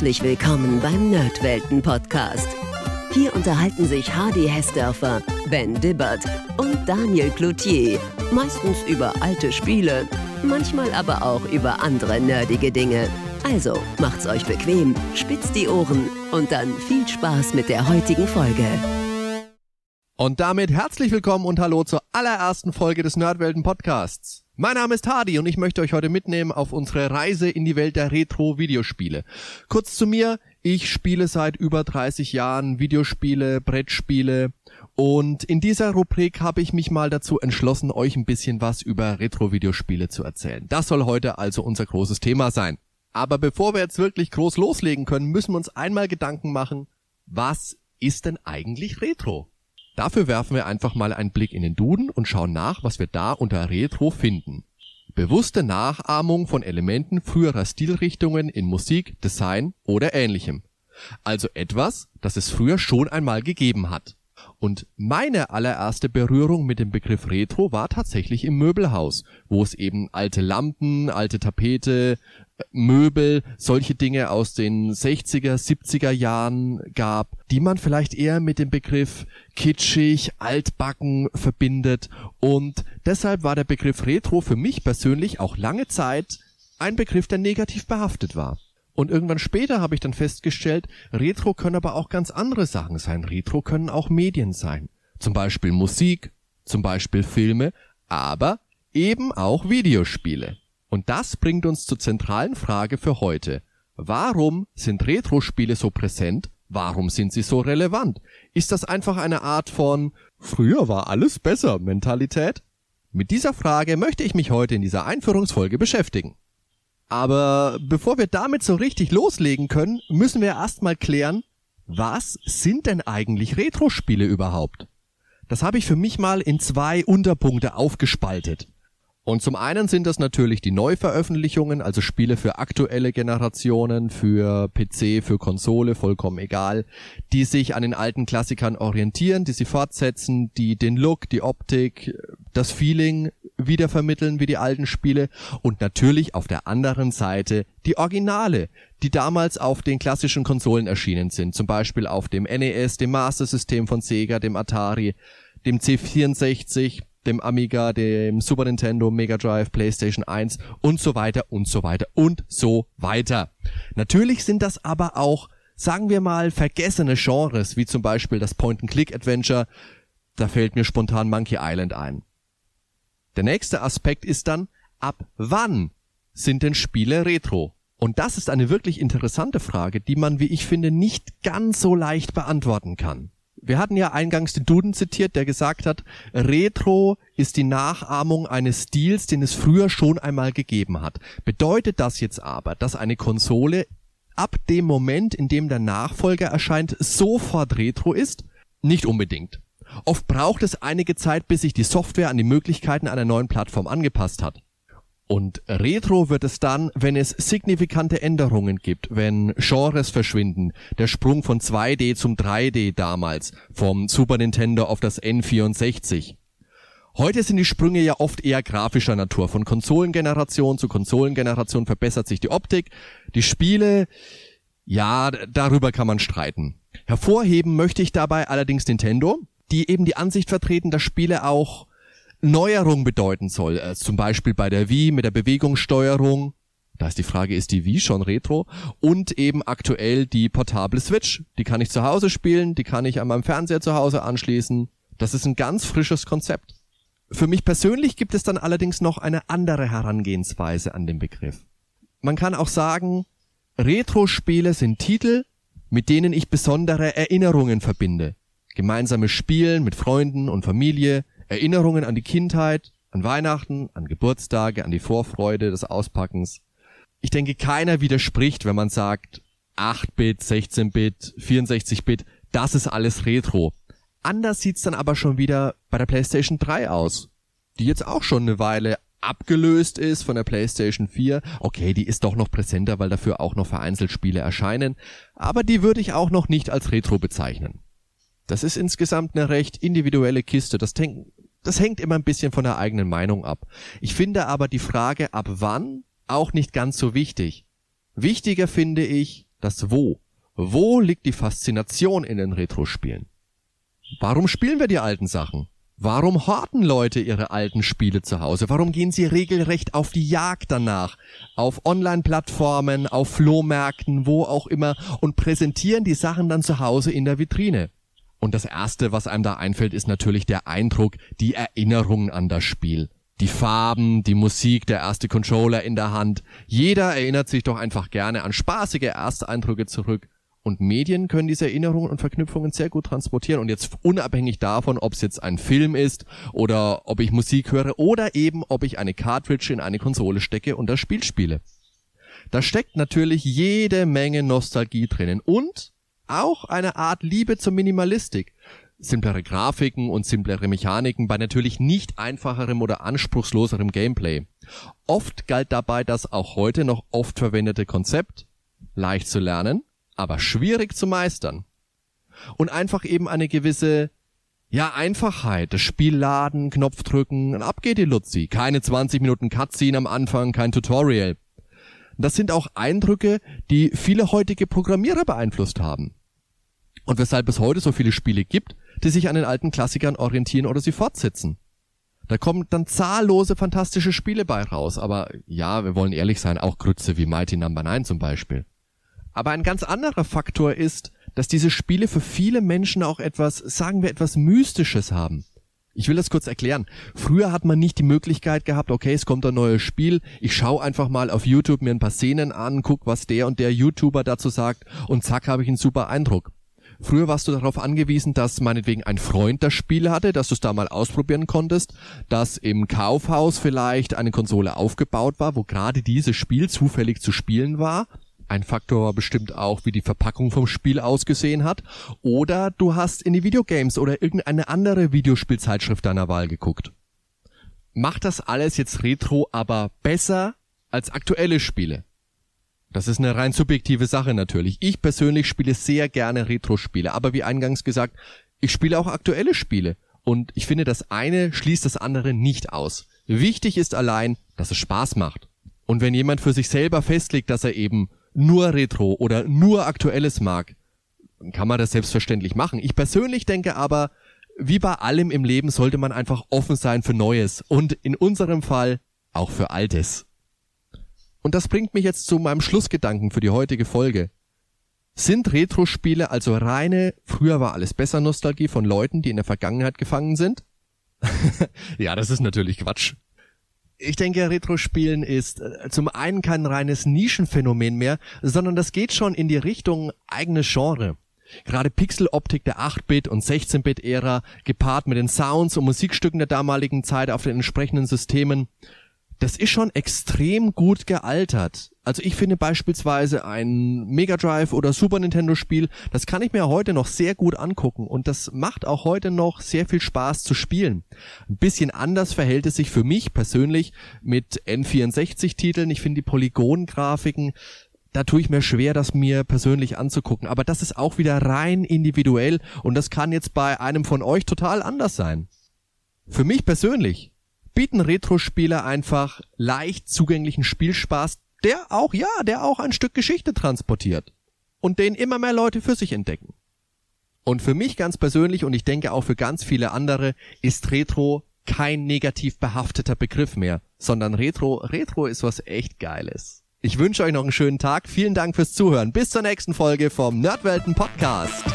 Herzlich willkommen beim Nerdwelten-Podcast. Hier unterhalten sich Hardy Hessdörfer, Ben Dibbert und Daniel Cloutier. Meistens über alte Spiele, manchmal aber auch über andere nerdige Dinge. Also macht's euch bequem, spitzt die Ohren und dann viel Spaß mit der heutigen Folge. Und damit herzlich willkommen und hallo zur allerersten Folge des Nerdwelten-Podcasts. Mein Name ist Hardy und ich möchte euch heute mitnehmen auf unsere Reise in die Welt der Retro-Videospiele. Kurz zu mir, ich spiele seit über 30 Jahren Videospiele, Brettspiele und in dieser Rubrik habe ich mich mal dazu entschlossen, euch ein bisschen was über Retro-Videospiele zu erzählen. Das soll heute also unser großes Thema sein. Aber bevor wir jetzt wirklich groß loslegen können, müssen wir uns einmal Gedanken machen, was ist denn eigentlich Retro? Dafür werfen wir einfach mal einen Blick in den Duden und schauen nach, was wir da unter Retro finden. Bewusste Nachahmung von Elementen früherer Stilrichtungen in Musik, Design oder Ähnlichem. Also etwas, das es früher schon einmal gegeben hat. Und meine allererste Berührung mit dem Begriff Retro war tatsächlich im Möbelhaus, wo es eben alte Lampen, alte Tapete, Möbel, solche Dinge aus den 60er, 70er Jahren gab, die man vielleicht eher mit dem Begriff kitschig, altbacken verbindet. Und deshalb war der Begriff Retro für mich persönlich auch lange Zeit ein Begriff, der negativ behaftet war. Und irgendwann später habe ich dann festgestellt, Retro können aber auch ganz andere Sachen sein. Retro können auch Medien sein. Zum Beispiel Musik, zum Beispiel Filme, aber eben auch Videospiele. Und das bringt uns zur zentralen Frage für heute. Warum sind Retro-Spiele so präsent? Warum sind sie so relevant? Ist das einfach eine Art von "Früher war alles besser" Mentalität? Mit dieser Frage möchte ich mich heute in dieser Einführungsfolge beschäftigen. Aber bevor wir damit so richtig loslegen können, müssen wir erstmal klären, was sind denn eigentlich Retro-Spiele überhaupt? Das habe ich für mich mal in 2 Unterpunkte aufgespaltet. Und zum einen sind das natürlich die Neuveröffentlichungen, also Spiele für aktuelle Generationen, für PC, für Konsole, vollkommen egal, die sich an den alten Klassikern orientieren, die sie fortsetzen, die den Look, die Optik, das Feeling wiedervermitteln wie die alten Spiele und natürlich auf der anderen Seite die Originale, die damals auf den klassischen Konsolen erschienen sind, zum Beispiel auf dem NES, dem Master System von Sega, dem Atari, dem C64, dem Amiga, dem Super Nintendo, Mega Drive, PlayStation 1 und so weiter und so weiter und so weiter. Natürlich sind das aber auch, sagen wir mal, vergessene Genres, wie zum Beispiel das Point-and-Click-Adventure. Da fällt mir spontan Monkey Island ein. Der nächste Aspekt ist dann, ab wann sind denn Spiele Retro? Und das ist eine wirklich interessante Frage, die man, wie ich finde, nicht ganz so leicht beantworten kann. Wir hatten ja eingangs den Duden zitiert, der gesagt hat, Retro ist die Nachahmung eines Stils, den es früher schon einmal gegeben hat. Bedeutet das jetzt aber, dass eine Konsole ab dem Moment, in dem der Nachfolger erscheint, sofort Retro ist? Nicht unbedingt. Oft braucht es einige Zeit, bis sich die Software an die Möglichkeiten einer neuen Plattform angepasst hat. Und Retro wird es dann, wenn es signifikante Änderungen gibt, wenn Genres verschwinden, der Sprung von 2D zum 3D damals, vom Super Nintendo auf das N64. Heute sind die Sprünge ja oft eher grafischer Natur. Von Konsolengeneration zu Konsolengeneration verbessert sich die Optik. Die Spiele, ja, darüber kann man streiten. Hervorheben möchte ich dabei allerdings Nintendo, die eben die Ansicht vertreten, dass Spiele auch Neuerung bedeuten soll, zum Beispiel bei der Wii mit der Bewegungssteuerung, da ist die Frage, ist die Wii schon Retro? Und eben aktuell die portable Switch, die kann ich zu Hause spielen, die kann ich an meinem Fernseher zu Hause anschließen, das ist ein ganz frisches Konzept. Für mich persönlich gibt es dann allerdings noch eine andere Herangehensweise an den Begriff. Man kann auch sagen, Retro-Spiele sind Titel, mit denen ich besondere Erinnerungen verbinde. Gemeinsames Spielen mit Freunden und Familie, Erinnerungen an die Kindheit, an Weihnachten, an Geburtstage, an die Vorfreude des Auspackens. Ich denke, keiner widerspricht, wenn man sagt, 8-Bit, 16-Bit, 64-Bit, das ist alles Retro. Anders sieht's dann aber schon wieder bei der PlayStation 3 aus, die jetzt auch schon eine Weile abgelöst ist von der PlayStation 4. Okay, die ist doch noch präsenter, weil dafür auch noch vereinzelt Spiele erscheinen, aber die würde ich auch noch nicht als Retro bezeichnen. Das ist insgesamt eine recht individuelle Kiste. Das hängt immer ein bisschen von der eigenen Meinung ab. Ich finde aber die Frage, ab wann, auch nicht ganz so wichtig. Wichtiger finde ich, das Wo. Wo liegt die Faszination in den Retro-Spielen? Warum spielen wir die alten Sachen? Warum horten Leute ihre alten Spiele zu Hause? Warum gehen sie regelrecht auf die Jagd danach? Auf Online-Plattformen, auf Flohmärkten, wo auch immer und präsentieren die Sachen dann zu Hause in der Vitrine. Und das Erste, was einem da einfällt, ist natürlich der Eindruck, die Erinnerung an das Spiel. Die Farben, die Musik, der erste Controller in der Hand. Jeder erinnert sich doch einfach gerne an spaßige Ersteindrücke zurück. Und Medien können diese Erinnerungen und Verknüpfungen sehr gut transportieren. Und jetzt unabhängig davon, ob es jetzt ein Film ist oder ob ich Musik höre oder eben ob ich eine Cartridge in eine Konsole stecke und das Spiel spiele. Da steckt natürlich jede Menge Nostalgie drinnen und auch eine Art Liebe zur Minimalistik. Simplere Grafiken und simplere Mechaniken bei natürlich nicht einfacherem oder anspruchsloserem Gameplay. Oft galt dabei das auch heute noch oft verwendete Konzept, leicht zu lernen, aber schwierig zu meistern. Und einfach eben eine gewisse, Einfachheit. Das Spiel laden, Knopf drücken und ab geht die Luzi. Keine 20 Minuten Cutscene am Anfang, kein Tutorial. Das sind auch Eindrücke, die viele heutige Programmierer beeinflusst haben. Und weshalb es heute so viele Spiele gibt, die sich an den alten Klassikern orientieren oder sie fortsetzen. Da kommen dann zahllose fantastische Spiele bei raus, aber ja, wir wollen ehrlich sein, auch Grütze wie Mighty No. 9 zum Beispiel. Aber ein ganz anderer Faktor ist, dass diese Spiele für viele Menschen auch etwas Mystisches haben. Ich will das kurz erklären. Früher hat man nicht die Möglichkeit gehabt, okay, es kommt ein neues Spiel, ich schaue einfach mal auf YouTube mir ein paar Szenen an, guck, was der und der YouTuber dazu sagt und zack, habe ich einen super Eindruck. Früher warst du darauf angewiesen, dass meinetwegen ein Freund das Spiel hatte, dass du es da mal ausprobieren konntest, dass im Kaufhaus vielleicht eine Konsole aufgebaut war, wo gerade dieses Spiel zufällig zu spielen war. Ein Faktor war bestimmt auch, wie die Verpackung vom Spiel ausgesehen hat. Oder du hast in die Videogames oder irgendeine andere Videospielzeitschrift deiner Wahl geguckt. Macht das alles jetzt Retro aber besser als aktuelle Spiele? Das ist eine rein subjektive Sache natürlich. Ich persönlich spiele sehr gerne Retro-Spiele, aber wie eingangs gesagt, ich spiele auch aktuelle Spiele. Und ich finde, das eine schließt das andere nicht aus. Wichtig ist allein, dass es Spaß macht. Und wenn jemand für sich selber festlegt, dass er eben nur Retro oder nur Aktuelles mag, dann kann man das selbstverständlich machen. Ich persönlich denke aber, wie bei allem im Leben sollte man einfach offen sein für Neues und in unserem Fall auch für Altes. Und das bringt mich jetzt zu meinem Schlussgedanken für die heutige Folge. Sind Retro-Spiele also reine, früher war alles besser Nostalgie von Leuten, die in der Vergangenheit gefangen sind? Ja, das ist natürlich Quatsch. Ich denke, Retro-Spielen ist zum einen kein reines Nischenphänomen mehr, sondern das geht schon in die Richtung eigenes Genre. Gerade Pixeloptik der 8-Bit- und 16-Bit-Ära, gepaart mit den Sounds und Musikstücken der damaligen Zeit auf den entsprechenden Systemen, das ist schon extrem gut gealtert. Also ich finde beispielsweise ein Mega Drive oder Super Nintendo Spiel, das kann ich mir heute noch sehr gut angucken und das macht auch heute noch sehr viel Spaß zu spielen. Ein bisschen anders verhält es sich für mich persönlich mit N64-Titeln. Ich finde die Polygongrafiken, da tue ich mir schwer, das mir persönlich anzugucken. Aber das ist auch wieder rein individuell und das kann jetzt bei einem von euch total anders sein. Für mich persönlich bieten Retro-Spiele einfach leicht zugänglichen Spielspaß, der auch ein Stück Geschichte transportiert und den immer mehr Leute für sich entdecken. Und für mich ganz persönlich und ich denke auch für ganz viele andere ist Retro kein negativ behafteter Begriff mehr, sondern Retro ist was echt Geiles. Ich wünsche euch noch einen schönen Tag, vielen Dank fürs Zuhören, bis zur nächsten Folge vom Nerdwelten Podcast.